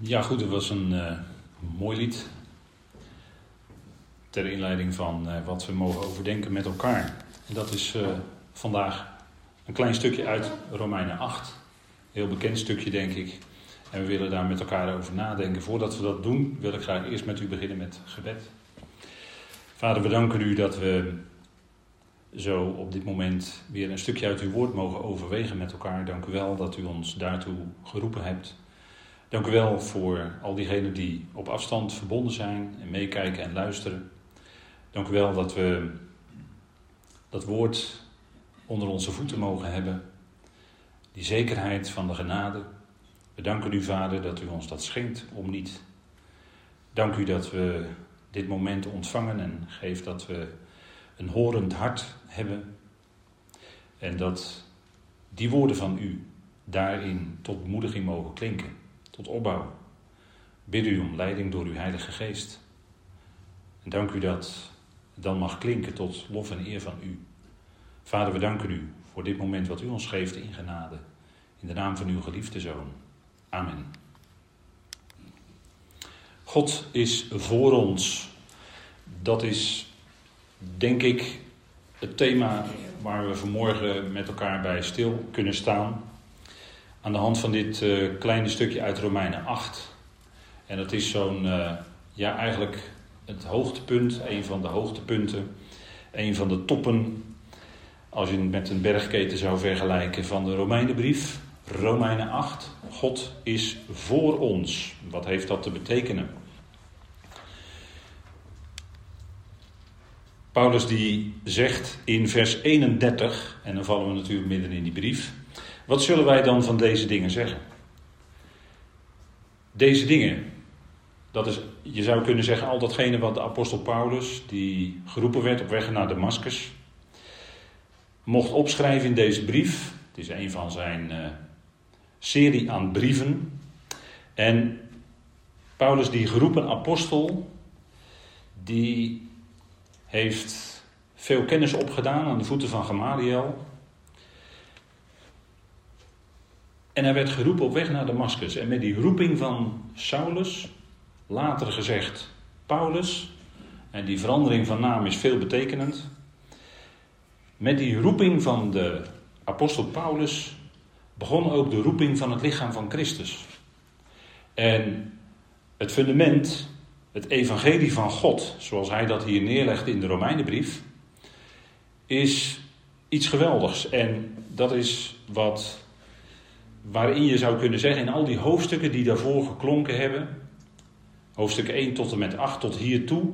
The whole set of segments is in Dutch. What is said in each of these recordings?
Ja goed, het was een mooi lied ter inleiding van wat we mogen overdenken met elkaar. En dat is vandaag een klein stukje uit Romeinen 8. Heel bekend stukje denk ik. En we willen daar met elkaar over nadenken. Voordat we dat doen wil ik graag eerst met u beginnen met gebed. Vader, we danken u dat we zo op dit moment weer een stukje uit uw woord mogen overwegen met elkaar. Dank u wel dat u ons daartoe geroepen hebt. Dank u wel voor al diegenen die op afstand verbonden zijn en meekijken en luisteren. Dank u wel dat we dat woord onder onze voeten mogen hebben. Die zekerheid van de genade. We danken u, Vader, dat u ons dat schenkt om niet. Dank u dat we dit moment ontvangen en geeft dat we een horend hart hebben. En dat die woorden van u daarin tot bemoediging mogen klinken. Tot opbouw. Bid u om leiding door uw Heilige Geest. En dank u dat het dan mag klinken tot lof en eer van u. Vader, we danken u voor dit moment wat u ons geeft in genade. In de naam van uw geliefde Zoon. Amen. God is voor ons. Dat is, denk ik, het thema waar we vanmorgen met elkaar bij stil kunnen staan. Aan de hand van dit kleine stukje uit Romeinen 8. En dat is zo'n, eigenlijk het hoogtepunt, een van de hoogtepunten. Een van de toppen, als je het met een bergketen zou vergelijken, van de Romeinenbrief. Romeinen 8. God is voor ons. Wat heeft dat te betekenen? Paulus die zegt in vers 31, en dan vallen we natuurlijk midden in die brief. Wat zullen wij dan van deze dingen zeggen? Deze dingen, dat is, je zou kunnen zeggen, al datgene wat de apostel Paulus, die geroepen werd op weg naar Damascus, mocht opschrijven in deze brief. Het is een van zijn serie aan brieven. En Paulus, die geroepen apostel, die heeft veel kennis opgedaan aan de voeten van Gamaliel. En hij werd geroepen op weg naar Damascus. En met die roeping van Saulus, later gezegd Paulus, en die verandering van naam is veelbetekenend. Met die roeping van de apostel Paulus begon ook de roeping van het lichaam van Christus. En het fundament, het evangelie van God, zoals hij dat hier neerlegt in de Romeinenbrief, is iets geweldigs. En dat is waarin je zou kunnen zeggen, in al die hoofdstukken die daarvoor geklonken hebben, hoofdstuk 1 tot en met 8 tot hiertoe,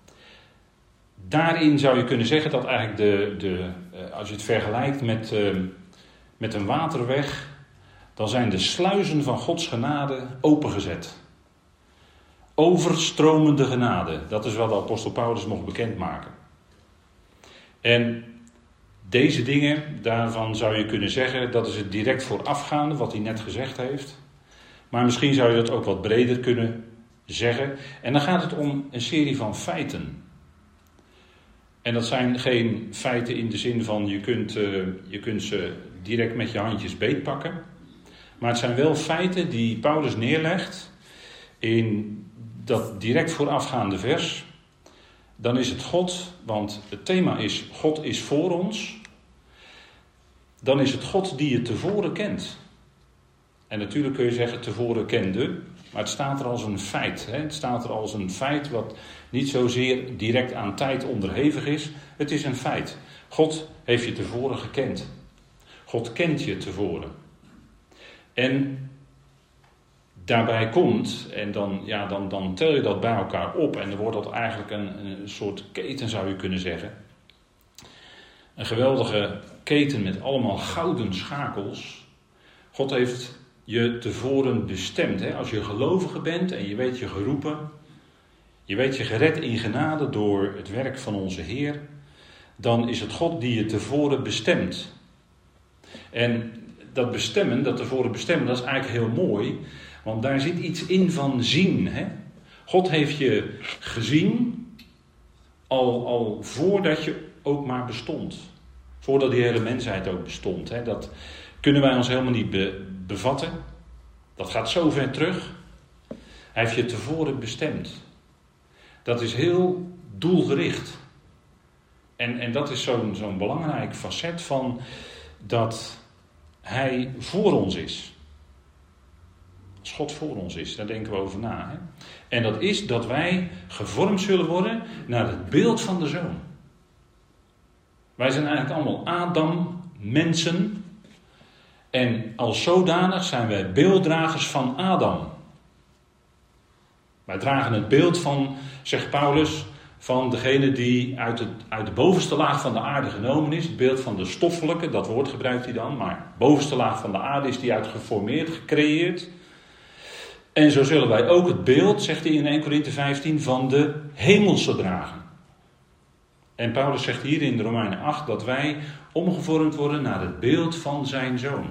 daarin zou je kunnen zeggen dat eigenlijk als je het vergelijkt met een waterweg, dan zijn de sluizen van Gods genade opengezet. Overstromende genade, dat is wat de apostel Paulus mocht bekendmaken. En deze dingen, daarvan zou je kunnen zeggen, dat is het direct voorafgaande wat hij net gezegd heeft. Maar misschien zou je dat ook wat breder kunnen zeggen. En dan gaat het om een serie van feiten. En dat zijn geen feiten in de zin van je kunt ze direct met je handjes beetpakken. Maar het zijn wel feiten die Paulus neerlegt in dat direct voorafgaande vers. Dan is het God, want het thema is God is voor ons. Dan is het God die je tevoren kent. En natuurlijk kun je zeggen tevoren kende, maar het staat er als een feit. Hè? Het staat er als een feit wat niet zozeer direct aan tijd onderhevig is. Het is een feit. God heeft je tevoren gekend. God kent je tevoren. En daarbij komt, en dan tel je dat bij elkaar op en dan wordt dat eigenlijk een soort keten, zou je kunnen zeggen. Een geweldige keten met allemaal gouden schakels. God heeft je tevoren bestemd. Hè? Als je gelovige bent en je weet je geroepen, je weet je gered in genade door het werk van onze Heer, dan is het God die je tevoren bestemt. En dat bestemmen, dat tevoren bestemmen, dat is eigenlijk heel mooi, want daar zit iets in van zien. Hè? God heeft je gezien al voordat je ook maar bestond. Voordat die hele mensheid ook bestond. Hè? Dat kunnen wij ons helemaal niet bevatten. Dat gaat zo ver terug. Hij heeft je tevoren bestemd. Dat is heel doelgericht. En dat is zo'n belangrijk facet van dat hij voor ons is. Als God voor ons is, daar denken we over na. Hè? En dat is dat wij gevormd zullen worden naar het beeld van de Zoon. Wij zijn eigenlijk allemaal Adam, mensen. En als zodanig zijn wij beelddragers van Adam. Wij dragen het beeld van, zegt Paulus, van degene die uit de bovenste laag van de aarde genomen is. Het beeld van de stoffelijke, dat woord gebruikt hij dan. Maar de bovenste laag van de aarde is die uit geformeerd, gecreëerd. En zo zullen wij ook het beeld, zegt hij in 1 Korinthe 15, van de hemelse dragen. En Paulus zegt hier in de Romeinen 8 dat wij omgevormd worden naar het beeld van zijn Zoon.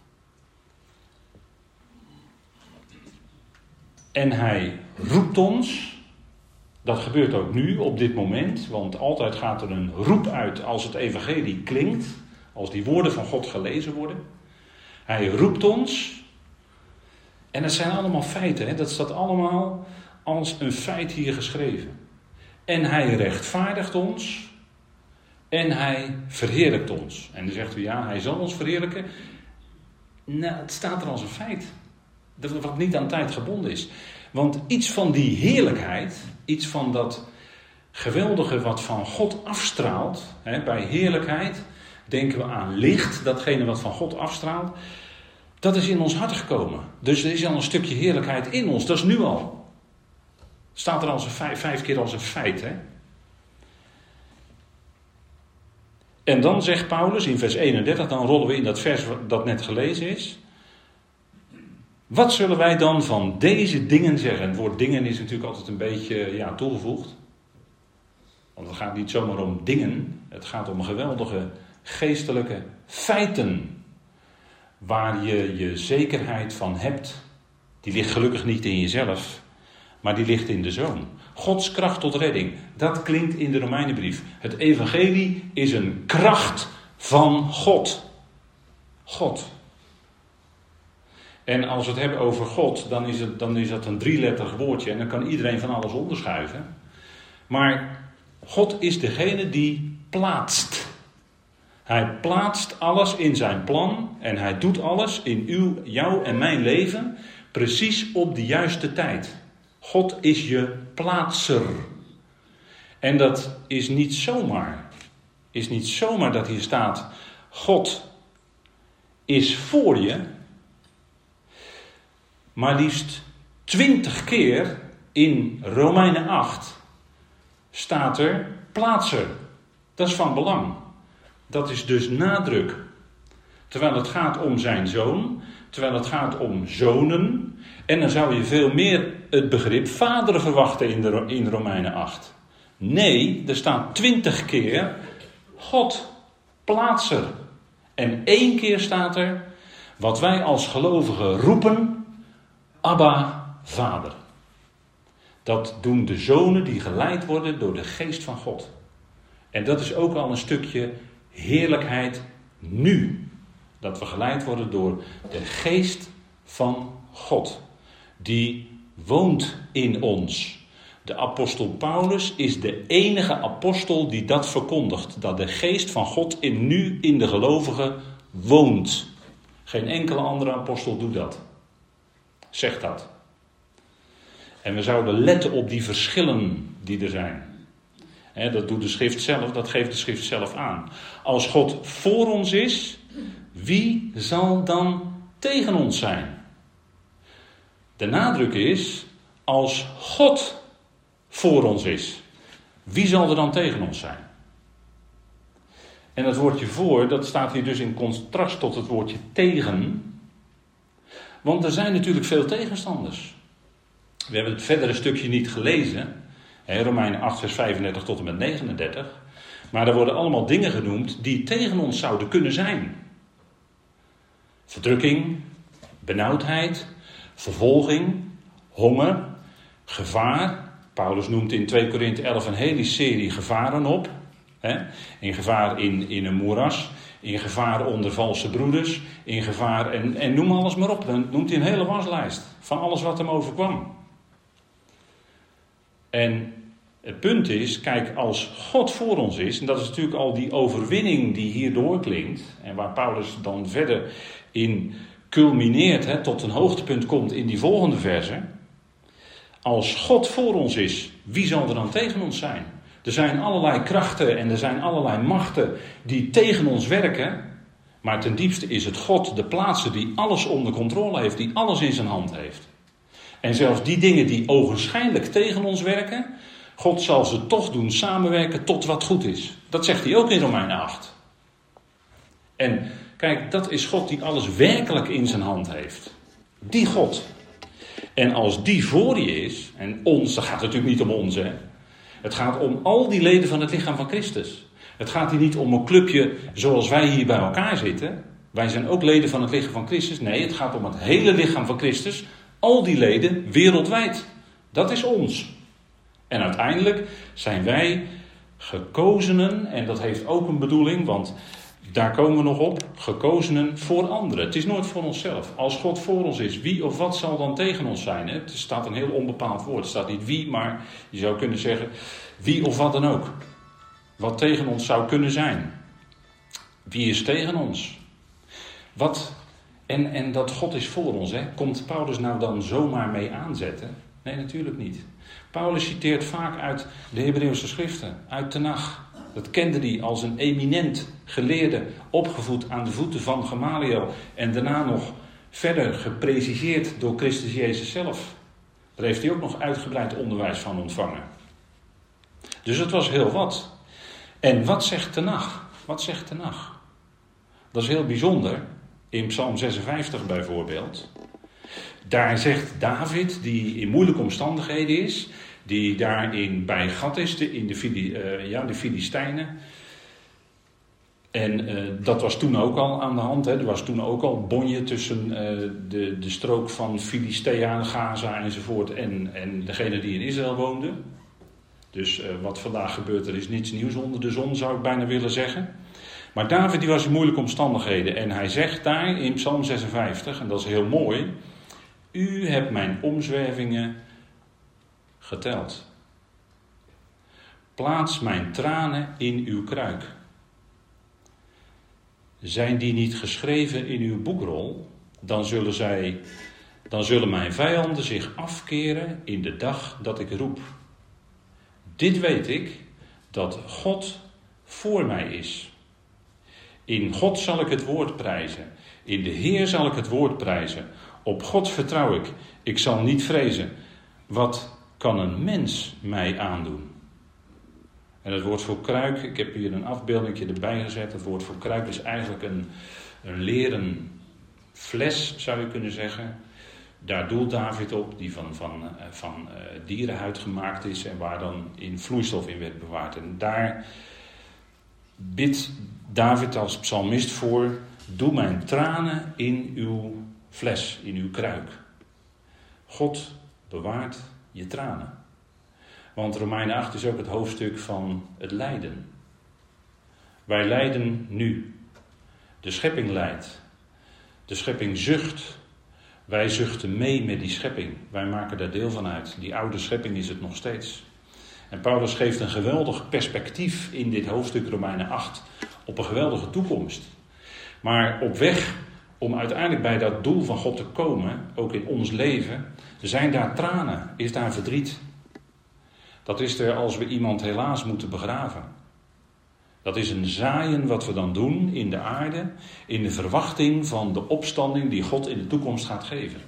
En hij roept ons, dat gebeurt ook nu op dit moment, want altijd gaat er een roep uit als het evangelie klinkt, als die woorden van God gelezen worden. Hij roept ons, en dat zijn allemaal feiten, hè? Dat staat allemaal als een feit hier geschreven. En hij rechtvaardigt ons en hij verheerlijkt ons. En dan zegt u, ja, hij zal ons verheerlijken. Nou, het staat er als een feit. Dat wat niet aan tijd gebonden is. Want iets van die heerlijkheid, iets van dat geweldige wat van God afstraalt. Hè, bij heerlijkheid denken we aan licht, datgene wat van God afstraalt. Dat is in ons hart gekomen. Dus er is al een stukje heerlijkheid in ons, dat is nu al. Staat er als een vijf keer als een feit. Hè? En dan zegt Paulus in vers 31, dan rollen we in dat vers dat net gelezen is. Wat zullen wij dan van deze dingen zeggen? Het woord dingen is natuurlijk altijd een beetje toegevoegd. Want het gaat niet zomaar om dingen. Het gaat om geweldige geestelijke feiten. Waar je je zekerheid van hebt. Die ligt gelukkig niet in jezelf. Maar die ligt in de Zoon. Gods kracht tot redding. Dat klinkt in de Romeinenbrief. Het evangelie is een kracht van God. God. En als we het hebben over God, dan is dat een 3-letterig woordje. En dan kan iedereen van alles onderschuiven. Maar God is degene die plaatst. Hij plaatst alles in zijn plan. En hij doet alles in jou en mijn leven precies op de juiste tijd. God is je plaatser. En dat is niet zomaar. Is niet zomaar dat hier staat, God is voor je. Maar liefst 20 keer in Romeinen 8 staat er plaatser. Dat is van belang. Dat is dus nadruk. Terwijl het gaat om zijn zoon. Terwijl het gaat om zonen. En dan zou je veel meer het begrip vaderen verwachten in Romeinen 8. Nee, er staat 20 keer God, plaatser. En 1 keer staat er wat wij als gelovigen roepen. Abba, Vader. Dat doen de zonen die geleid worden door de geest van God. En dat is ook al een stukje heerlijkheid nu. Dat we geleid worden door de geest van God. Die woont in ons. De apostel Paulus is de enige apostel die dat verkondigt. Dat de geest van God nu in de gelovigen woont. Geen enkele andere apostel doet dat. Zegt dat. En we zouden letten op die verschillen die er zijn. Dat doet de schrift zelf, dat geeft de schrift zelf aan. Als God voor ons is, wie zal dan tegen ons zijn? De nadruk is, als God voor ons is, wie zal er dan tegen ons zijn? En dat woordje voor, dat staat hier dus in contrast tot het woordje tegen. Want er zijn natuurlijk veel tegenstanders. We hebben het verdere stukje niet gelezen. Romeinen 8 vers 35 tot en met 39. Maar er worden allemaal dingen genoemd die tegen ons zouden kunnen zijn. Verdrukking, benauwdheid, vervolging, honger, gevaar. Paulus noemt in 2 Korinthe 11 een hele serie gevaren op. In gevaar in een moeras. In gevaar onder valse broeders. In gevaar en noem alles maar op. Dan noemt hij een hele waslijst van alles wat hem overkwam. En het punt is, kijk, als God voor ons is, en dat is natuurlijk al die overwinning die hier doorklinkt, en waar Paulus dan verder in culmineert, tot een hoogtepunt komt in die volgende verse. Als God voor ons is, wie zal er dan tegen ons zijn? Er zijn allerlei krachten en er zijn allerlei machten die tegen ons werken. Maar ten diepste is het God, de plaatser, die alles onder controle heeft, die alles in zijn hand heeft. En zelfs die dingen die ogenschijnlijk tegen ons werken, God zal ze toch doen samenwerken tot wat goed is. Dat zegt hij ook in Romeinen 8. En kijk, dat is God die alles werkelijk in zijn hand heeft. Die God. En als die voor je is, en ons, dat gaat natuurlijk niet om ons, hè. Het gaat om al die leden van het lichaam van Christus. Het gaat hier niet om een clubje zoals wij hier bij elkaar zitten. Wij zijn ook leden van het lichaam van Christus. Nee, het gaat om het hele lichaam van Christus. Al die leden wereldwijd. Dat is ons. En uiteindelijk zijn wij gekozenen, en dat heeft ook een bedoeling, want daar komen we nog op, gekozenen voor anderen. Het is nooit voor onszelf. Als God voor ons is, wie of wat zal dan tegen ons zijn? Hè? Het staat een heel onbepaald woord. Het staat niet wie, maar je zou kunnen zeggen wie of wat dan ook. Wat tegen ons zou kunnen zijn. Wie is tegen ons? Wat? En dat God is voor ons. Hè? Komt Paulus nou dan zomaar mee aanzetten? Nee, natuurlijk niet. Paulus citeert vaak uit de Hebreeuwse schriften, uit Tenach. Dat kende hij als een eminent geleerde, opgevoed aan de voeten van Gamaliel. En daarna nog verder gepreciseerd door Christus Jezus zelf. Daar heeft hij ook nog uitgebreid onderwijs van ontvangen. Dus het was heel wat. En wat zegt Tenach? Wat zegt Tenach? Dat is heel bijzonder. In Psalm 56 bijvoorbeeld. Daar zegt David, die in moeilijke omstandigheden is, die daarin bij Gat is, in de Filistijnen. En dat was toen ook al aan de hand. Hè. Er was toen ook al bonje tussen de strook van Filistea, Gaza enzovoort en degene die in Israël woonden. Dus wat vandaag gebeurt, er is niets nieuws onder de zon, zou ik bijna willen zeggen. Maar David die was in moeilijke omstandigheden. En hij zegt daar in Psalm 56, en dat is heel mooi: U hebt mijn omzwervingen geteld. Plaats mijn tranen in uw kruik. Zijn die niet geschreven in uw boekrol, dan zullen mijn vijanden zich afkeren in de dag dat ik roep. Dit weet ik, dat God voor mij is. In God zal ik het woord prijzen. In de Heer zal ik het woord prijzen. Op God vertrouw ik. Ik zal niet vrezen. Wat kan een mens mij aandoen? En het woord voor kruik, ik heb hier een afbeeldingje erbij gezet. Het woord voor kruik is eigenlijk een leren fles, zou je kunnen zeggen. Daar doelt David op, die van dierenhuid gemaakt is en waar dan in vloeistof in werd bewaard. En daar bidt David als psalmist voor: doe mijn tranen in uw fles, in uw kruik. God bewaart je tranen. Want Romeinen 8 is ook het hoofdstuk van het lijden. Wij lijden nu. De schepping lijdt. De schepping zucht. Wij zuchten mee met die schepping. Wij maken daar deel van uit. Die oude schepping is het nog steeds. En Paulus geeft een geweldig perspectief in dit hoofdstuk Romeinen 8 op een geweldige toekomst. Maar op weg om uiteindelijk bij dat doel van God te komen, ook in ons leven, zijn daar tranen, is daar verdriet. Dat is er als we iemand helaas moeten begraven. Dat is een zaaien wat we dan doen in de aarde, in de verwachting van de opstanding die God in de toekomst gaat geven.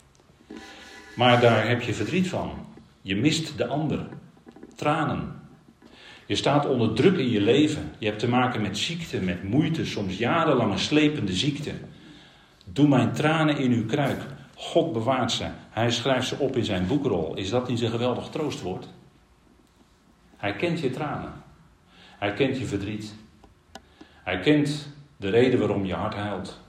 Maar daar heb je verdriet van. Je mist de ander. Tranen. Je staat onder druk in je leven. Je hebt te maken met ziekte, met moeite, soms jarenlange slepende ziekte. Doe mijn tranen in uw kruik. God bewaart ze. Hij schrijft ze op in zijn boekrol. Is dat niet een geweldig troostwoord? Hij kent je tranen. Hij kent je verdriet. Hij kent de reden waarom je hart huilt.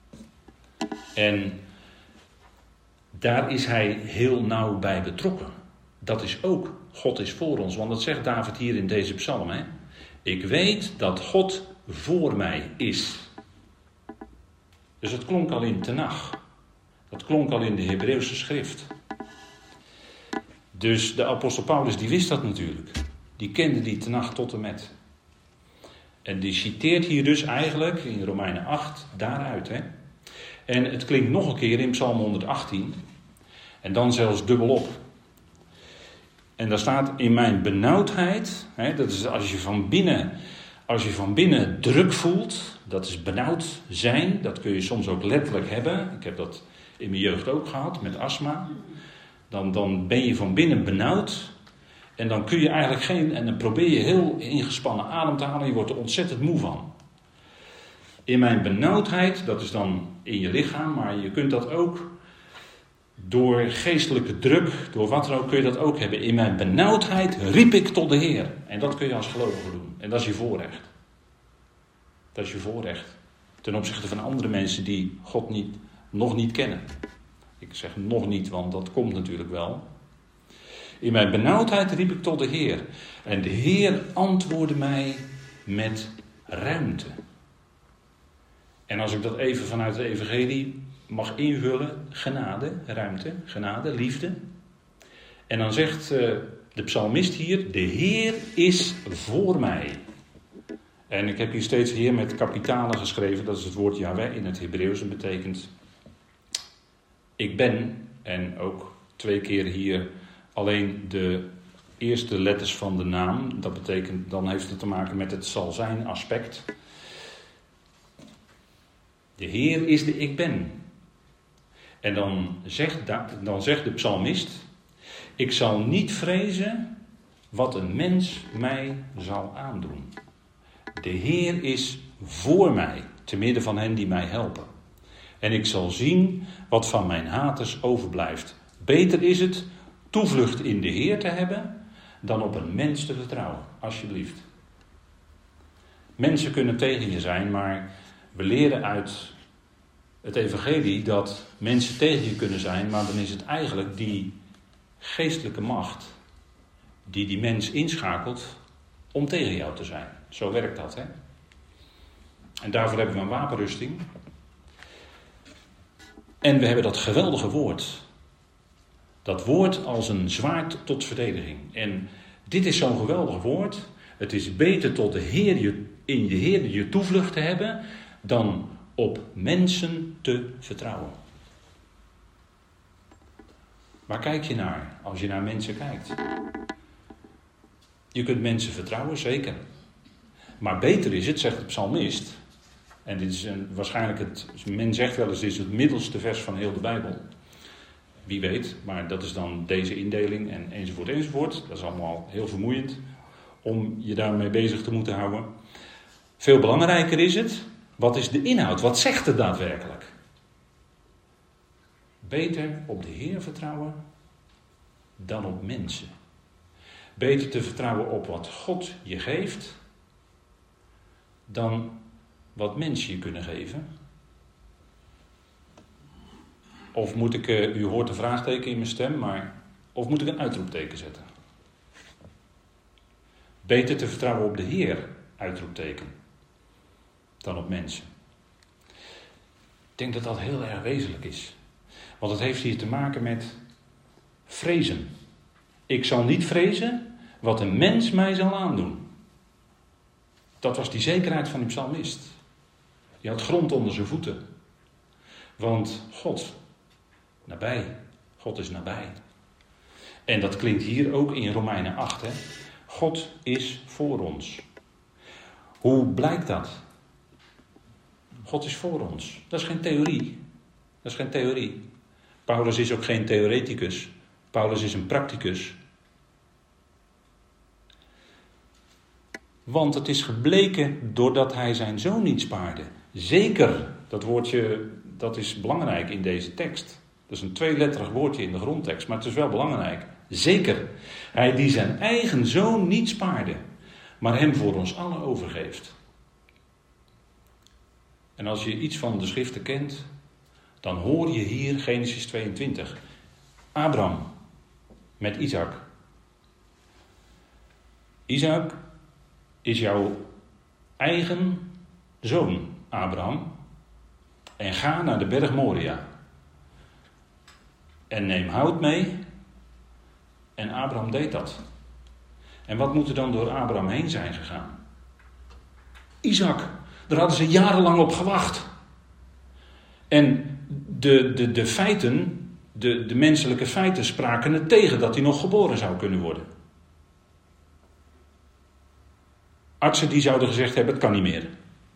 En daar is hij heel nauw bij betrokken. Dat is ook, God is voor ons. Want dat zegt David hier in deze psalm. Hè? Ik weet dat God voor mij is. Dus het klonk al in Tenach. Dat klonk al in de Hebreeuwse schrift. Dus de apostel Paulus die wist dat natuurlijk. Die kende die Tenach tot en met. En die citeert hier dus eigenlijk in Romeinen 8 daaruit. Hè? En het klinkt nog een keer in Psalm 118. En dan zelfs dubbelop. En daar staat in mijn benauwdheid. Hè, dat is als je van binnen druk voelt. Dat is benauwd zijn. Dat kun je soms ook letterlijk hebben. Ik heb dat in mijn jeugd ook gehad met astma. Dan ben je van binnen benauwd. En dan kun je eigenlijk en dan probeer je heel ingespannen adem te halen. Je wordt er ontzettend moe van. In mijn benauwdheid, dat is dan in je lichaam. Maar je kunt dat ook door geestelijke druk, door wat dan ook, kun je dat ook hebben. In mijn benauwdheid riep ik tot de Heer. En dat kun je als gelovige doen. En dat is je voorrecht. Dat is je voorrecht. Ten opzichte van andere mensen die God nog niet kennen. Ik zeg nog niet, want dat komt natuurlijk wel. In mijn benauwdheid riep ik tot de Heer. En de Heer antwoordde mij met ruimte. En als ik dat even vanuit de evangelie mag invullen, genade, liefde. En dan zegt de psalmist hier, de Heer is voor mij. En ik heb hier steeds Heer met kapitalen geschreven, dat is het woord Yahweh in het Hebreeuws. Dat betekent, ik ben, en ook 2 keer hier alleen de eerste letters van de naam. Dat betekent, dan heeft het te maken met het zal zijn aspect. De Heer is de ik ben. En dan zegt de psalmist, ik zal niet vrezen wat een mens mij zal aandoen. De Heer is voor mij, te midden van hen die mij helpen. En ik zal zien wat van mijn haters overblijft. Beter is het toevlucht in de Heer te hebben dan op een mens te vertrouwen, alsjeblieft. Mensen kunnen tegen je zijn, maar we leren uit het evangelie dat mensen tegen je kunnen zijn, maar dan is het eigenlijk die geestelijke macht die mens inschakelt om tegen jou te zijn. Zo werkt dat, hè? En daarvoor hebben we een wapenrusting. En we hebben dat geweldige woord. Dat woord als een zwaard tot verdediging. En dit is zo'n geweldig woord. Het is beter tot in de Heer je toevlucht te hebben dan op mensen te vertrouwen. Waar kijk je naar als je naar mensen kijkt? Je kunt mensen vertrouwen, zeker. Maar beter is het, zegt de psalmist. En dit is waarschijnlijk men zegt wel eens, dit is het middelste vers van heel de Bijbel. Wie weet, maar dat is dan deze indeling en enzovoort. Dat is allemaal heel vermoeiend om je daarmee bezig te moeten houden. Veel belangrijker is het, wat is de inhoud? Wat zegt het daadwerkelijk? Beter op de Heer vertrouwen dan op mensen. Beter te vertrouwen op wat God je geeft dan wat mensen je kunnen geven. Of moet ik, u hoort een vraagteken in mijn stem, of moet ik een uitroepteken zetten? Beter te vertrouwen op de Heer, uitroepteken, dan op mensen. Ik denk dat dat heel erg wezenlijk is. Want het heeft hier te maken met vrezen. Ik zal niet vrezen wat een mens mij zal aandoen. Dat was die zekerheid van die psalmist. Die had grond onder zijn voeten. Want God is nabij. En dat klinkt hier ook in Romeinen 8. Hè? God is voor ons. Hoe blijkt dat? God is voor ons. Dat is geen theorie. Paulus is ook geen theoreticus. Paulus is een practicus. Want het is gebleken doordat hij zijn zoon niet spaarde. Zeker, dat woordje, dat is belangrijk in deze tekst. Dat is een 2-letterig woordje in de grondtekst, maar het is wel belangrijk. Zeker, hij die zijn eigen zoon niet spaarde, maar hem voor ons allen overgeeft. En als je iets van de schriften kent, dan hoor je hier Genesis 22. Abraham met Isaac. Isaac is jouw eigen zoon, Abraham. En ga naar de berg Moria. En neem hout mee. En Abraham deed dat. En wat moet er dan door Abraham heen zijn gegaan? Isaac. Daar hadden ze jarenlang op gewacht. En de feiten, de menselijke feiten spraken het tegen dat hij nog geboren zou kunnen worden. Artsen die zouden gezegd hebben, het kan niet meer.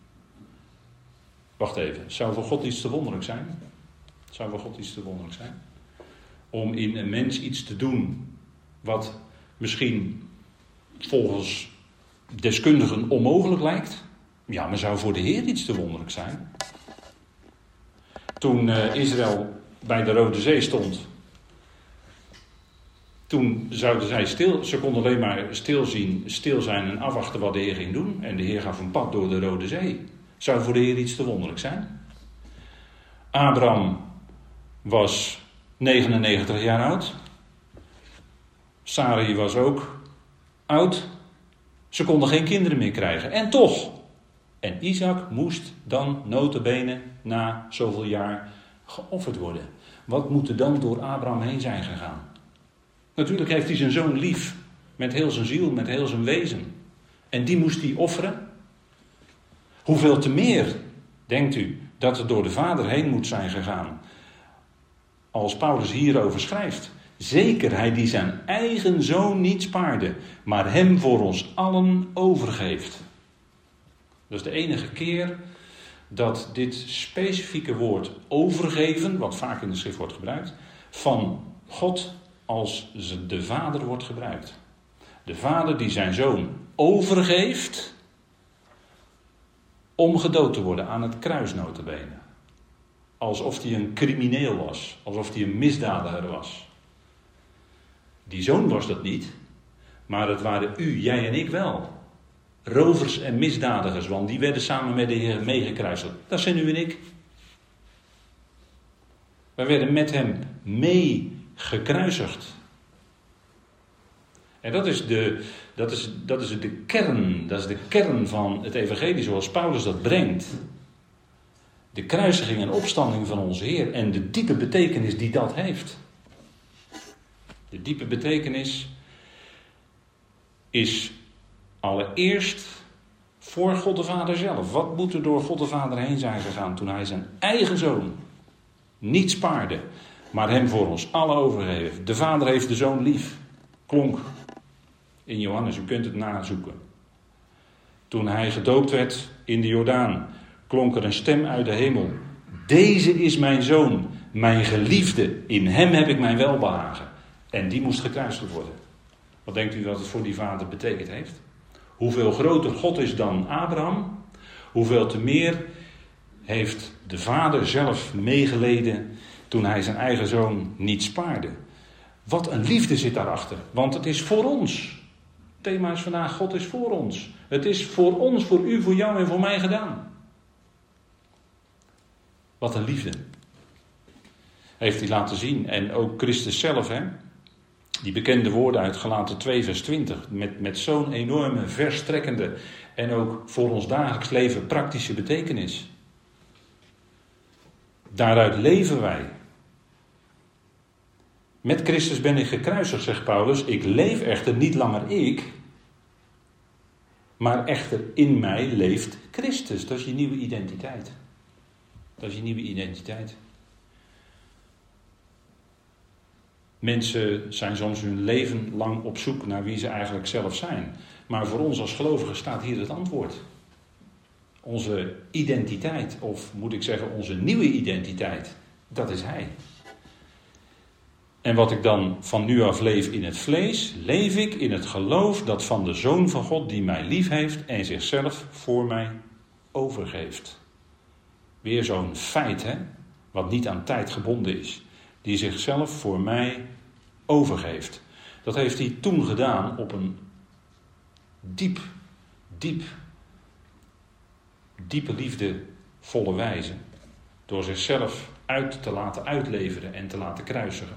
Wacht even, zou voor God iets te wonderlijk zijn? Zou voor God iets te wonderlijk zijn? Om in een mens iets te doen wat misschien volgens deskundigen onmogelijk lijkt? Ja, maar zou voor de Heer iets te wonderlijk zijn? Toen Israël bij de Rode Zee stond, toen zouden zij ze konden alleen maar stil zijn en afwachten wat de Heer ging doen. En de Heer gaf een pad door de Rode Zee. Zou voor de Heer iets te wonderlijk zijn? Abraham was 99 jaar oud. Sarai was ook oud. Ze konden geen kinderen meer krijgen. En toch. En Isaac moest dan nota bene na zoveel jaar geofferd worden. Wat moet er dan door Abraham heen zijn gegaan? Natuurlijk heeft hij zijn zoon lief. Met heel zijn ziel, met heel zijn wezen. En die moest hij offeren. Hoeveel te meer, denkt u, dat er door de vader heen moet zijn gegaan. Als Paulus hierover schrijft. Zeker hij die zijn eigen zoon niet spaarde, maar hem voor ons allen overgeeft. Dat is de enige keer dat dit specifieke woord overgeven, wat vaak in de schrift wordt gebruikt, van God als de vader wordt gebruikt. De vader die zijn zoon overgeeft om gedood te worden aan het kruis nota bene. Alsof hij een crimineel was, alsof hij een misdadiger was. Die zoon was dat niet, maar het waren u, jij en ik wel. Rovers en misdadigers, want die werden samen met de Heer meegekruisigd. Dat zijn u en ik. Wij werden met hem meegekruisigd. En dat is de kern van het evangelie zoals Paulus dat brengt. De kruisiging en opstanding van onze Heer en de diepe betekenis die dat heeft. De diepe betekenis is allereerst voor God de Vader zelf. Wat moet er door God de Vader heen zijn gegaan toen hij zijn eigen zoon niet spaarde, maar hem voor ons allen overgegeven. De Vader heeft de zoon lief. Klonk in Johannes, u kunt het nazoeken. Toen hij gedoopt werd in de Jordaan, klonk er een stem uit de hemel. Deze is mijn zoon, mijn geliefde, in hem heb ik mijn welbehagen. En die moest gekruisigd worden. Wat denkt u dat het voor die vader betekend heeft? Hoeveel groter God is dan Abraham, hoeveel te meer heeft de vader zelf meegeleden toen hij zijn eigen zoon niet spaarde. Wat een liefde zit daarachter, want het is voor ons. Het thema is vandaag, God is voor ons. Het is voor ons, voor u, voor jou en voor mij gedaan. Wat een liefde. Heeft hij laten zien. En ook Christus zelf, hè. Die bekende woorden uit Galaten 2 vers 20. Met zo'n enorme, verstrekkende en ook voor ons dagelijks leven praktische betekenis. Daaruit leven wij. Met Christus ben ik gekruisigd, zegt Paulus. Ik leef echter niet langer ik. Maar echter in mij leeft Christus. Dat is je nieuwe identiteit. Dat is je nieuwe identiteit. Mensen zijn soms hun leven lang op zoek naar wie ze eigenlijk zelf zijn. Maar voor ons als gelovigen staat hier het antwoord. Onze identiteit, of moet ik zeggen onze nieuwe identiteit, dat is Hij. En wat ik dan van nu af leef in het vlees, leef ik in het geloof dat van de Zoon van God die mij lief heeft en zichzelf voor mij overgeeft. Weer zo'n feit, hè, wat niet aan tijd gebonden is. Die zichzelf voor mij overgeeft. Dat heeft hij toen gedaan op een diepe liefdevolle wijze. Door zichzelf te laten uitleveren en te laten kruisigen.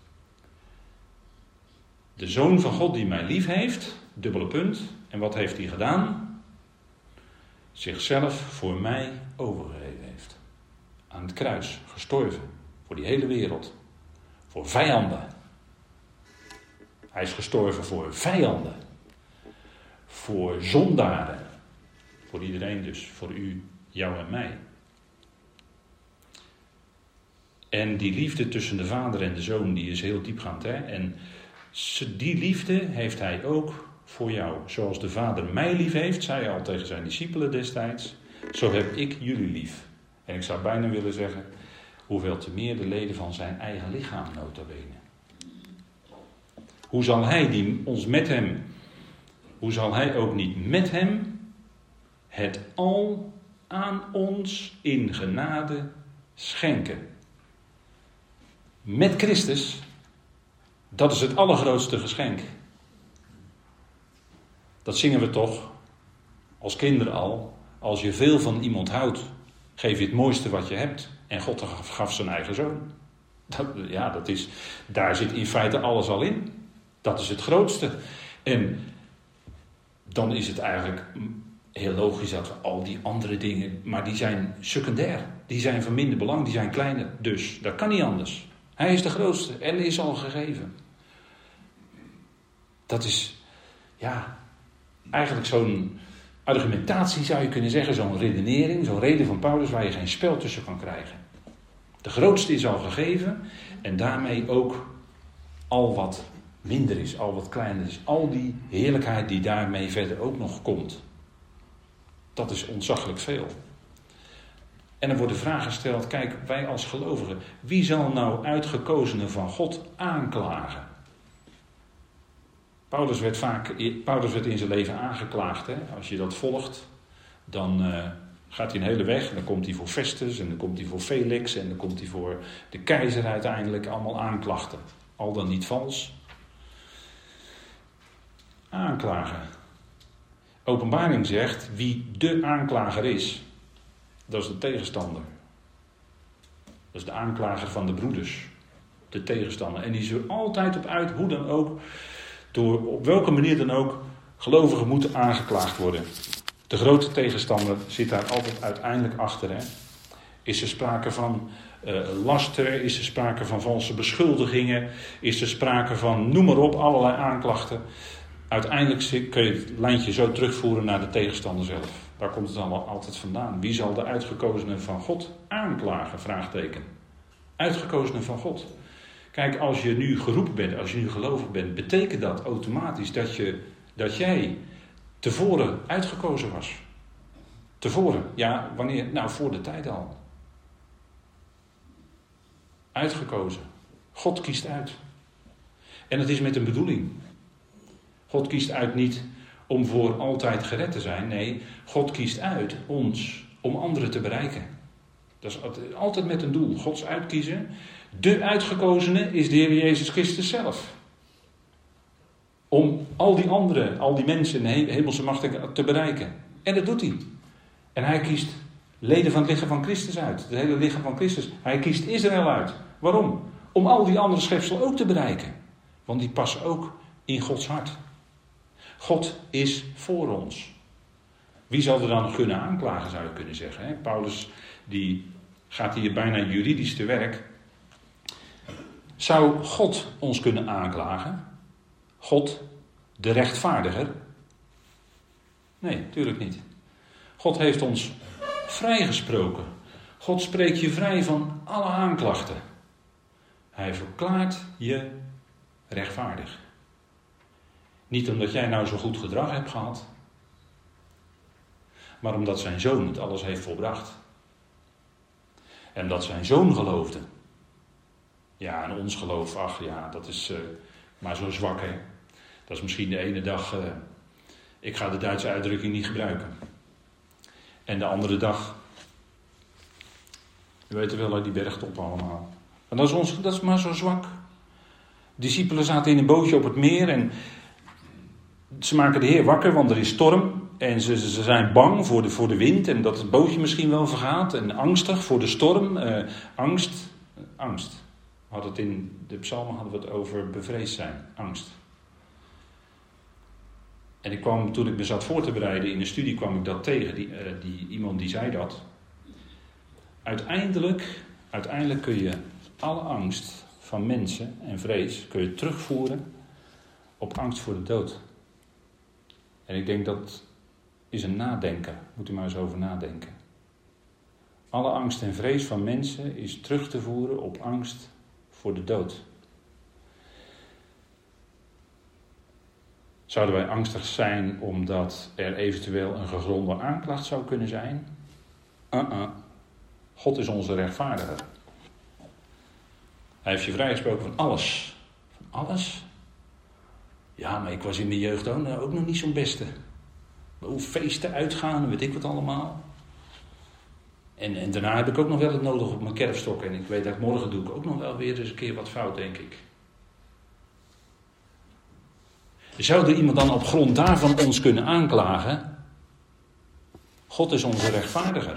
De Zoon van God die mij lief heeft, dubbele punt. En wat heeft hij gedaan? Zichzelf voor mij overgegeven heeft. Aan het kruis, gestorven. Voor die hele wereld. Voor vijanden. Hij is gestorven voor vijanden. Voor zondaren. Voor iedereen dus. Voor u, jou en mij. En die liefde tussen de vader en de zoon, die is heel diepgaand. Hè? En die liefde heeft hij ook voor jou. Zoals de vader mij lief heeft, zei hij al tegen zijn discipelen destijds. Zo heb ik jullie lief. En ik zou bijna willen zeggen, hoeveel te meer de leden van zijn eigen lichaam nota bene. Hoe zal hij die ons met hem, hoe zal hij ook niet met hem het al aan ons in genade schenken? Met Christus, dat is het allergrootste geschenk. Dat zingen we toch als kinderen al. Als je veel van iemand houdt, geef je het mooiste wat je hebt. En God gaf zijn eigen zoon. Daar zit in feite alles al in. Dat is het grootste. En dan is het eigenlijk heel logisch dat we al die andere dingen, maar die zijn secundair. Die zijn van minder belang, die zijn kleiner. Dus dat kan niet anders. Hij is de grootste en is al gegeven. Dat is, eigenlijk zo'n argumentatie zou je kunnen zeggen, zo'n redenering, zo'n reden van Paulus waar je geen spel tussen kan krijgen. De grootste is al gegeven en daarmee ook al wat minder is, al wat kleiner is. Al die heerlijkheid die daarmee verder ook nog komt. Dat is ontzaglijk veel. En er wordt de vraag gesteld, kijk, wij als gelovigen, wie zal nou uitgekozenen van God aanklagen? Paulus werd in zijn leven aangeklaagd. Hè? Als je dat volgt, dan gaat hij een hele weg. En dan komt hij voor Festus en dan komt hij voor Felix en dan komt hij voor de keizer uiteindelijk. Allemaal aanklachten. Al dan niet vals. Aanklagen. Openbaring zegt wie de aanklager is. Dat is de tegenstander. Dat is de aanklager van de broeders. De tegenstander. En die is er altijd op uit, hoe dan ook, door op welke manier dan ook, gelovigen moeten aangeklaagd worden. De grote tegenstander zit daar altijd uiteindelijk achter. Hè? Is er sprake van laster? Is er sprake van valse beschuldigingen? Is er sprake van, noem maar op, allerlei aanklachten? Uiteindelijk kun je het lijntje zo terugvoeren naar de tegenstander zelf. Daar komt het allemaal altijd vandaan. Wie zal de uitgekozenen van God aanklagen? Vraagteken. Uitgekozenen van God. Kijk, als je nu geroepen bent, als je nu gelovig bent, betekent dat automatisch dat jij tevoren uitgekozen was. Tevoren. Ja, wanneer? Nou, voor de tijd al. Uitgekozen. God kiest uit. En het is met een bedoeling. God kiest uit niet om voor altijd gered te zijn. Nee, God kiest uit ons om anderen te bereiken. Dat is altijd met een doel. Gods uitkiezen. De uitgekozene is de Heer Jezus Christus zelf. Om al die anderen, al die mensen in de hemelse macht te bereiken. En dat doet hij. En hij kiest leden van het lichaam van Christus uit. Het hele lichaam van Christus. Hij kiest Israël uit. Waarom? Om al die andere schepselen ook te bereiken. Want die passen ook in Gods hart. God is voor ons. Wie zal er dan nog kunnen aanklagen, zou je kunnen zeggen. Hè? Paulus die gaat hier bijna juridisch te werk. Zou God ons kunnen aanklagen? God, de rechtvaardiger? Nee, natuurlijk niet. God heeft ons vrijgesproken. God spreekt je vrij van alle aanklachten. Hij verklaart je rechtvaardig. Niet omdat jij nou zo goed gedrag hebt gehad, maar omdat zijn zoon het alles heeft volbracht. En omdat zijn zoon geloofde. Ja, en ons geloof, dat is maar zo zwak, hè. Dat is misschien de ene dag, ik ga de Duitse uitdrukking niet gebruiken. En de andere dag, u weet wel, die bergtop allemaal. En dat is maar zo zwak. Discipelen zaten in een bootje op het meer en ze maken de Heer wakker, want er is storm. En ze zijn bang voor de wind en dat het bootje misschien wel vergaat. En angstig voor de storm. Angst. We hadden het in de psalmen hadden we het over bevreesd zijn. Angst. En toen ik me zat voor te bereiden in de studie, kwam ik dat tegen. Iemand die zei dat. Uiteindelijk kun je alle angst van mensen en vrees kun je terugvoeren op angst voor de dood. En ik denk dat is een nadenken. Moet u maar eens over nadenken. Alle angst en vrees van mensen is terug te voeren op angst voor de dood. Zouden wij angstig zijn omdat er eventueel een gegronde aanklacht zou kunnen zijn? God is onze rechtvaardiger. Hij heeft je vrijgesproken van alles. Van alles? Ja, maar ik was in mijn jeugd ook nog niet zo'n beste. Hoe feesten, uitgaan, weet ik wat allemaal. En daarna heb ik ook nog wel het nodig op mijn kerfstok. En ik weet dat morgen doe ik ook nog wel weer eens een keer wat fout, denk ik. Zou er iemand dan op grond daarvan ons kunnen aanklagen? God is onze rechtvaardiger.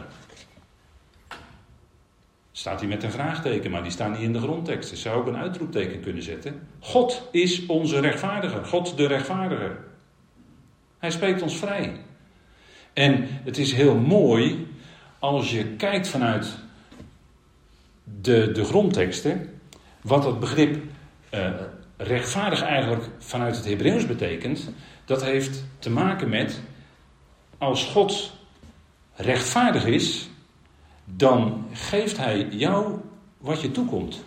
Staat hier met een vraagteken, maar die staan niet in de grondtekst. Dus zou ook een uitroepteken kunnen zetten. God is onze rechtvaardiger. God de rechtvaardiger. Hij spreekt ons vrij. En het is heel mooi als je kijkt vanuit de grondteksten, wat het begrip rechtvaardig eigenlijk vanuit het Hebreeuws betekent. Dat heeft te maken met, als God rechtvaardig is, dan geeft hij jou wat je toekomt.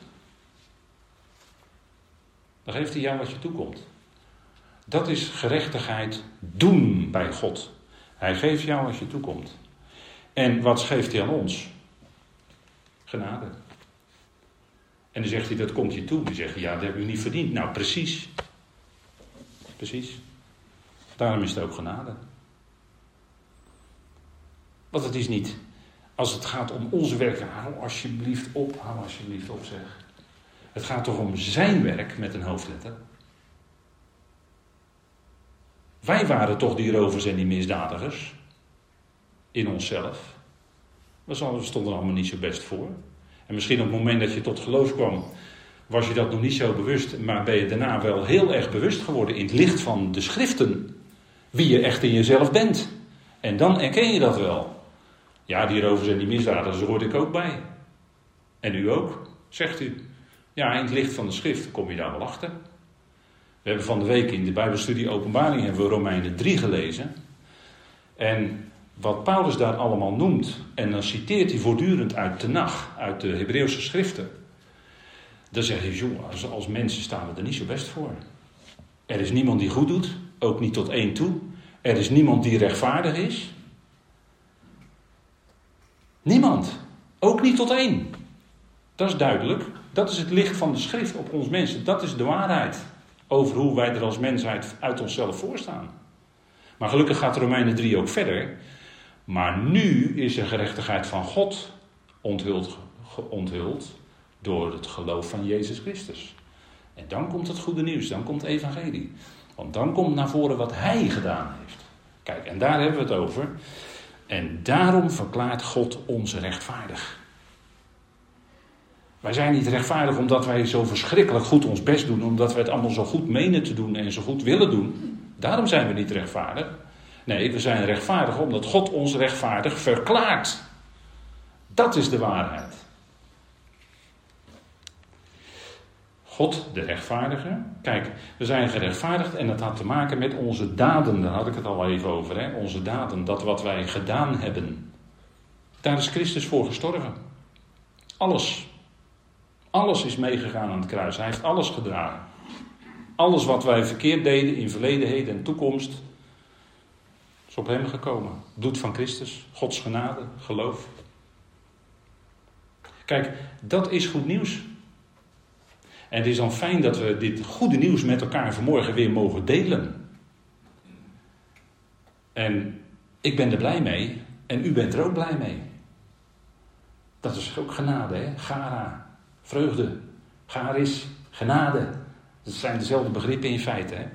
Dan geeft hij jou wat je toekomt. Dat is gerechtigheid doen bij God. Hij geeft jou wat je toekomt. En wat geeft hij aan ons? Genade. En dan zegt hij, dat komt je toe. Dan zegt hij, ja, dat heb ik niet verdiend. Nou, precies. Precies. Daarom is het ook genade. Want het is niet, als het gaat om onze werk, hou alsjeblieft op zeg. Het gaat toch om zijn werk met een hoofdletter. Wij waren toch die rovers en die misdadigers. In onszelf. We stonden er allemaal niet zo best voor. En misschien op het moment dat je tot geloof kwam, was je dat nog niet zo bewust, maar ben je daarna wel heel erg bewust geworden in het licht van de schriften. Wie je echt in jezelf bent. En dan erken je dat wel. Ja, die rovers en die misdadigers, daar hoorde ik ook bij. En u ook, zegt u. Ja, in het licht van de schrift kom je daar wel achter. We hebben van de week in de Bijbelstudie Openbaring hebben we Romeinen 3 gelezen. En wat Paulus daar allemaal noemt, en dan citeert hij voortdurend uit Tenach, uit de Hebreeuwse schriften. Dan zeg je, joh, als mensen staan we er niet zo best voor. Er is niemand die goed doet, ook niet tot één toe. Er is niemand die rechtvaardig is. Niemand. Ook niet tot één. Dat is duidelijk. Dat is het licht van de schrift op ons mensen. Dat is de waarheid over hoe wij er als mensheid uit onszelf voor staan. Maar gelukkig gaat Romeinen 3 ook verder. Maar nu is de gerechtigheid van God onthuld door het geloof van Jezus Christus. En dan komt het goede nieuws, dan komt het evangelie. Want dan komt naar voren wat hij gedaan heeft. Kijk, en daar hebben we het over. En daarom verklaart God ons rechtvaardig. Wij zijn niet rechtvaardig omdat wij zo verschrikkelijk goed ons best doen. Omdat wij het allemaal zo goed menen te doen en zo goed willen doen. Daarom zijn we niet rechtvaardig. Nee, we zijn rechtvaardig omdat God ons rechtvaardig verklaart. Dat is de waarheid. God, de rechtvaardige. Kijk, we zijn gerechtvaardigd en dat had te maken met onze daden. Daar had ik het al even over. Hè? Onze daden, dat wat wij gedaan hebben. Daar is Christus voor gestorven. Alles. Alles is meegegaan aan het kruis. Hij heeft alles gedragen. Alles wat wij verkeerd deden in verleden, heden en toekomst, is op hem gekomen. Bloed van Christus, Gods genade, geloof. Kijk, dat is goed nieuws. En het is dan fijn dat we dit goede nieuws met elkaar vanmorgen weer mogen delen. En ik ben er blij mee en u bent er ook blij mee. Dat is ook genade, hè? Gara, vreugde, charis, genade. Dat zijn dezelfde begrippen in feite, hè?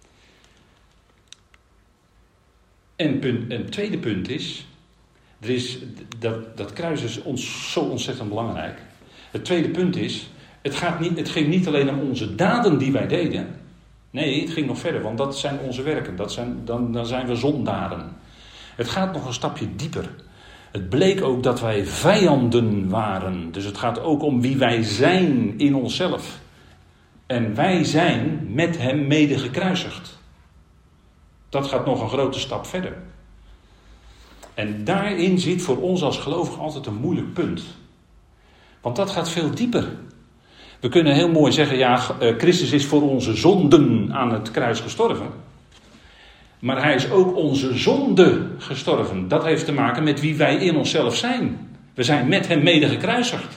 En het tweede punt is, dat kruis is ons zo ontzettend belangrijk. Het tweede punt is, het ging niet alleen om onze daden die wij deden. Nee, het ging nog verder, want dat zijn onze werken. Dan zijn we zondaden. Het gaat nog een stapje dieper. Het bleek ook dat wij vijanden waren. Dus het gaat ook om wie wij zijn in onszelf. En wij zijn met hem mede gekruisigd. Dat gaat nog een grote stap verder. En daarin zit voor ons als gelovigen altijd een moeilijk punt. Want dat gaat veel dieper. We kunnen heel mooi zeggen, ja, Christus is voor onze zonden aan het kruis gestorven. Maar hij is ook onze zonde gestorven. Dat heeft te maken met wie wij in onszelf zijn. We zijn met hem mede gekruisigd.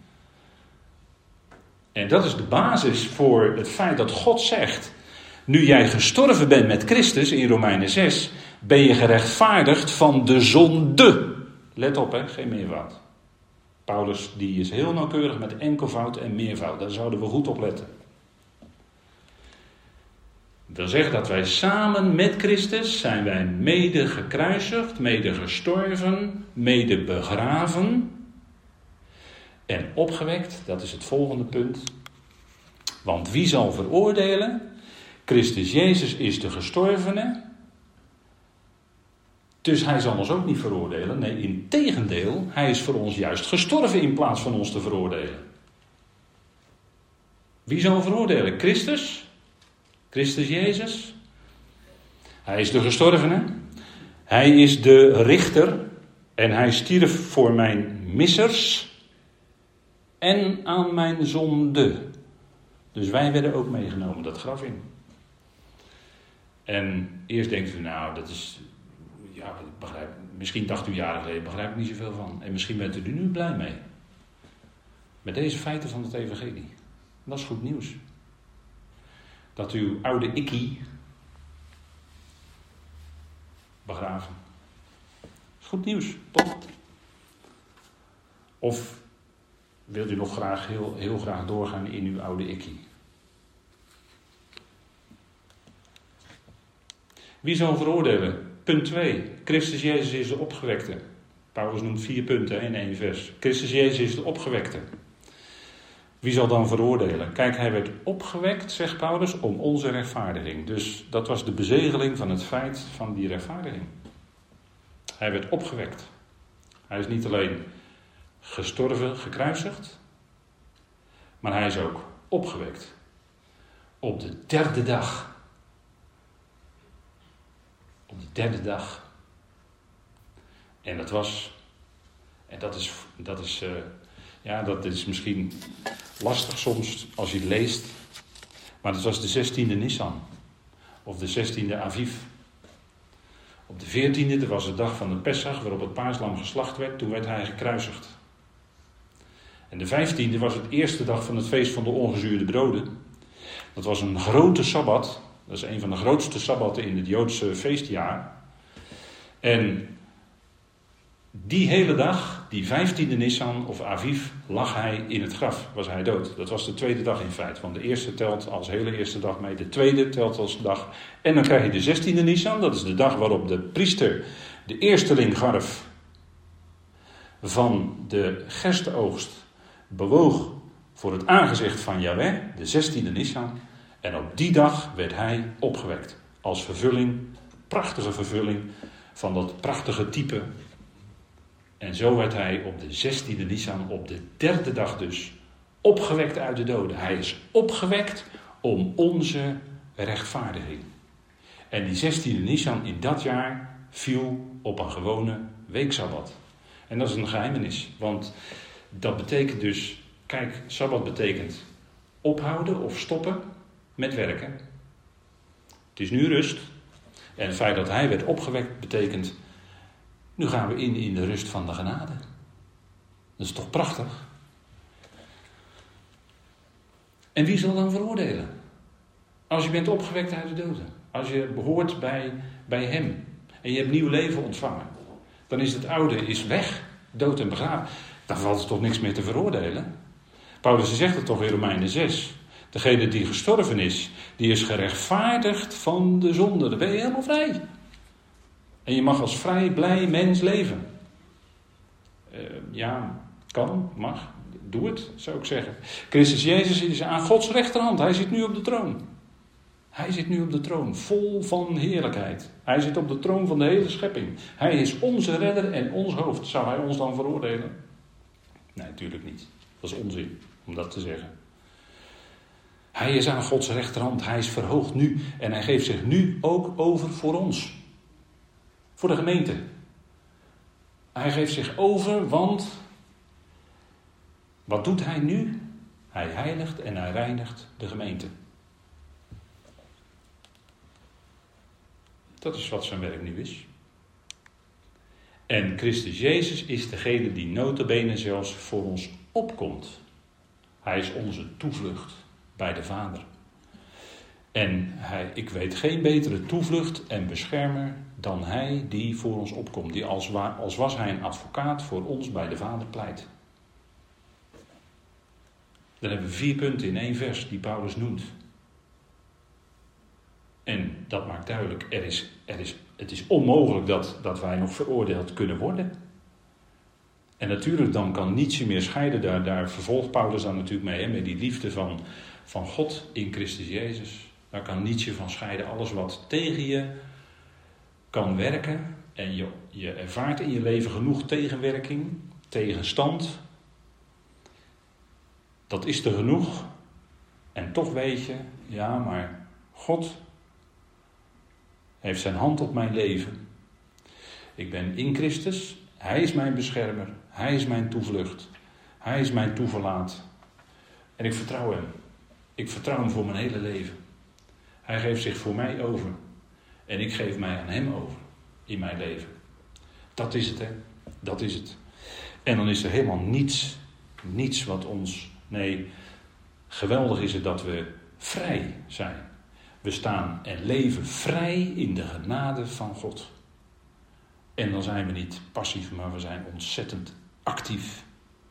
En dat is de basis voor het feit dat God zegt, nu jij gestorven bent met Christus in Romeinen 6, ben je gerechtvaardigd van de zonde. Let op, hè, geen meervoud. Paulus die is heel nauwkeurig met enkelvoud en meervoud. Daar zouden we goed op letten. Dat wil zeggen dat wij samen met Christus zijn wij mede gekruisigd, mede gestorven, mede begraven en opgewekt. Dat is het volgende punt. Want wie zal veroordelen? Christus Jezus is de gestorvene. Dus hij zal ons ook niet veroordelen. Nee, integendeel, hij is voor ons juist gestorven in plaats van ons te veroordelen. Wie zal veroordelen? Christus? Christus Jezus? Hij is de gestorvene. Hij is de richter. En hij stierf voor mijn missers en aan mijn zonde. Dus wij werden ook meegenomen dat graf in. En eerst denkt u, nou, dat is... Ja, ik begrijp, misschien dacht u jaren geleden, begrijp ik niet zoveel van. En misschien bent u er nu blij mee. Met deze feiten van het evangelie. Dat is goed nieuws. Dat uw oude ikkie begraven. Dat is goed nieuws, toch? Of wilt u nog graag, heel graag doorgaan in uw oude ikkie? Wie zal veroordelen? Punt 2. Christus Jezus is de opgewekte. Paulus noemt 4 punten in 1 vers. Christus Jezus is de opgewekte. Wie zal dan veroordelen? Kijk, hij werd opgewekt, zegt Paulus, om onze rechtvaardiging. Dus dat was de bezegeling van het feit van die rechtvaardiging. Hij werd opgewekt. Hij is niet alleen gestorven, gekruisigd, maar hij is ook opgewekt. Op de 3e dag. Op de 3e dag. En dat was... En dat is misschien lastig soms als je het leest. Maar dat was de 16e Nisan. Of de 16e Aviv. Op de 14e, dat was de dag van de Pessach, waarop het paaslam geslacht werd. Toen werd hij gekruisigd. En de 15e was het eerste dag van het feest van de ongezuurde broden. Dat was een grote sabbat. Dat is een van de grootste sabbatten in het Joodse feestjaar. En die hele dag, die 15e Nisan of Aviv, lag hij in het graf. Was hij dood. Dat was de tweede dag in feite. Want de eerste telt als hele eerste dag mee. De tweede telt als dag. En dan krijg je de 16e Nisan. Dat is de dag waarop de priester de eerstelinggarf van de gerstenoogst bewoog voor het aangezicht van Yahweh. De 16e Nisan. En op die dag werd hij opgewekt. Als vervulling, prachtige vervulling van dat prachtige type. En zo werd hij op de 16e Nisan, op de 3e dag dus, opgewekt uit de doden. Hij is opgewekt om onze rechtvaardiging. En die 16e Nisan in dat jaar viel op een gewone weeksabbat. En dat is een geheimenis. Want dat betekent dus, kijk, sabbat betekent ophouden of stoppen met werken. Het is nu rust. En het feit dat hij werd opgewekt betekent, nu gaan we in de rust van de genade. Dat is toch prachtig? En wie zal dan veroordelen? Als je bent opgewekt uit de doden. Als je behoort bij hem. En je hebt nieuw leven ontvangen. Dan is het oude weg. Dood en begraven. Dan valt er toch niks meer te veroordelen. Paulus zegt het toch in Romeinen 6. Degene die gestorven is, die is gerechtvaardigd van de zonde. Dan ben je helemaal vrij. En je mag als vrij, blij mens leven. Kan, mag. Doe het, zou ik zeggen. Christus Jezus is aan Gods rechterhand. Hij zit nu op de troon. Hij zit nu op de troon, vol van heerlijkheid. Hij zit op de troon van de hele schepping. Hij is onze redder en ons hoofd. Zou hij ons dan veroordelen? Nee, natuurlijk niet. Dat is onzin om dat te zeggen. Hij is aan Gods rechterhand. Hij is verhoogd nu. En hij geeft zich nu ook over voor ons. Voor de gemeente. Hij geeft zich over, want wat doet hij nu? Hij heiligt en hij reinigt de gemeente. Dat is wat zijn werk nu is. En Christus Jezus is degene die nota bene zelfs voor ons opkomt. Hij is onze toevlucht bij de Vader. En ik weet geen betere toevlucht en beschermer dan hij die voor ons opkomt. Die als was hij een advocaat voor ons bij de Vader pleit. Dan hebben we 4 punten in 1 vers die Paulus noemt. En dat maakt duidelijk, het is onmogelijk dat wij nog veroordeeld kunnen worden. En natuurlijk, dan kan niets je meer scheiden. Daar vervolgt Paulus dan natuurlijk mee, met die liefde van God in Christus Jezus. Daar kan niets je van scheiden. Alles wat tegen je kan werken en je ervaart in je leven genoeg tegenwerking, tegenstand. Dat is er genoeg. En toch weet je, ja, maar God heeft zijn hand op mijn leven. Ik ben in Christus. Hij is mijn beschermer. Hij is mijn toevlucht. Hij is mijn toeverlaat. En ik vertrouw hem. Ik vertrouw hem voor mijn hele leven. Hij geeft zich voor mij over. En ik geef mij aan hem over. In mijn leven. Dat is het, hè. Dat is het. En dan is er helemaal niets wat ons... Nee, geweldig is het dat we vrij zijn. We staan en leven vrij in de genade van God. En dan zijn we niet passief, maar we zijn ontzettend actief.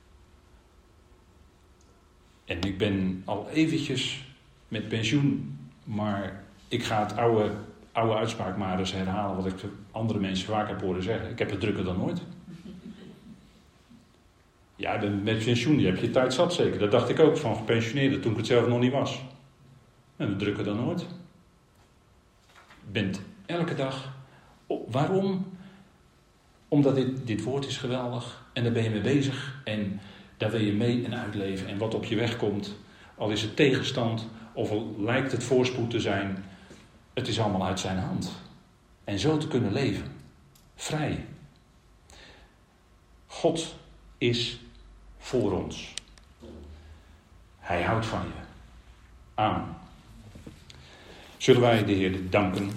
En ik ben al eventjes met pensioen, maar ik ga het oude uitspraak maar eens herhalen wat ik andere mensen vaak heb horen zeggen. Ik heb het drukker dan ooit. Ja, met pensioen, die heb je tijd zat zeker. Dat dacht ik ook van gepensioneerde toen ik het zelf nog niet was. En het drukker dan ooit. Je bent elke dag. Waarom? Omdat dit woord is geweldig. En daar ben je mee bezig. En daar wil je mee en uitleven. En wat op je weg komt. Al is het tegenstand. Of lijkt het voorspoed te zijn. Het is allemaal uit zijn hand. En zo te kunnen leven. Vrij. God is voor ons. Hij houdt van je. Amen. Zullen wij de Heer danken.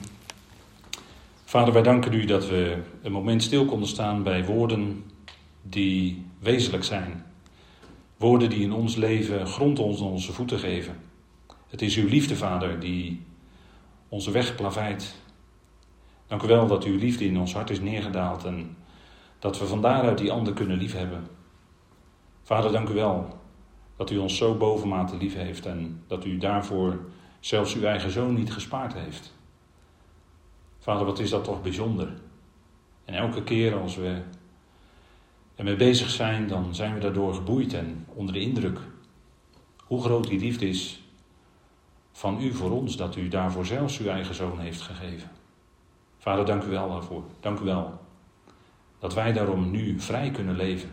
Vader, wij danken u dat we een moment stil konden staan bij woorden die wezenlijk zijn. Woorden die in ons leven grond onder onze voeten geven. Het is uw liefde, Vader, die onze weg plaveit. Dank u wel dat uw liefde in ons hart is neergedaald en dat we van daaruit die ander kunnen liefhebben. Vader, dank u wel dat u ons zo bovenmate lief heeft en dat u daarvoor zelfs uw eigen zoon niet gespaard heeft. Vader, wat is dat toch bijzonder. En elke keer als we ermee bezig zijn, dan zijn we daardoor geboeid en onder de indruk. Hoe groot die liefde is van u voor ons, dat u daarvoor zelfs uw eigen zoon heeft gegeven. Vader, dank u wel daarvoor. Dank u wel dat wij daarom nu vrij kunnen leven.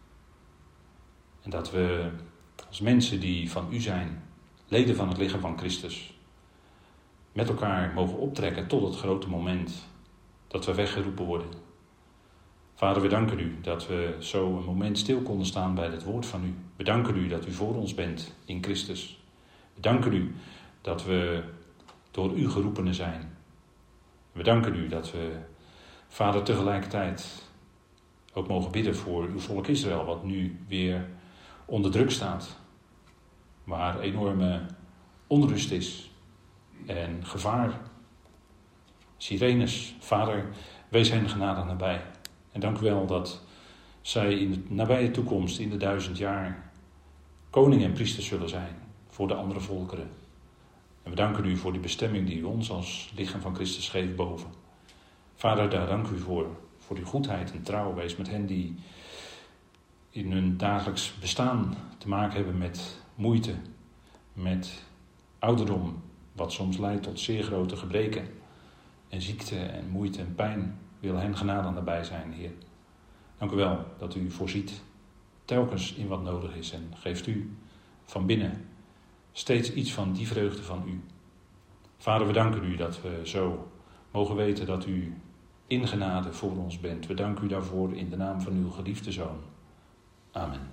En dat we als mensen die van u zijn, leden van het lichaam van Christus, met elkaar mogen optrekken tot het grote moment dat we weggeroepen worden. Vader, we danken u dat we zo een moment stil konden staan bij het woord van u. We danken u dat u voor ons bent in Christus. We danken u dat we door u geroepenen zijn. We danken u dat we, Vader, tegelijkertijd ook mogen bidden voor uw volk Israël, wat nu weer onder druk staat. Waar enorme onrust is en gevaar. Sirenes, Vader, wees hen genadig nabij. En dank u wel dat zij in de nabije toekomst, in de 1000 jaar, koning en priester zullen zijn voor de andere volkeren. En we danken u voor die bestemming die u ons als lichaam van Christus geeft boven. Vader, daar dank u voor uw goedheid en trouw. Wees met hen die in hun dagelijks bestaan te maken hebben met moeite, met ouderdom, wat soms leidt tot zeer grote gebreken en ziekte en moeite en pijn. Wil hen genade nabij zijn, Heer. Dank u wel dat u voorziet telkens in wat nodig is en geeft u van binnen steeds iets van die vreugde van u. Vader, we danken u dat we zo mogen weten dat u in genade voor ons bent. We danken u daarvoor in de naam van uw geliefde Zoon. Amen.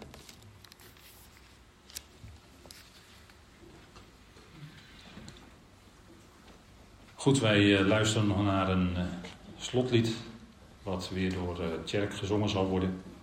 Goed, wij luisteren nog naar een slotlied, wat weer door Tjerk gezongen zal worden.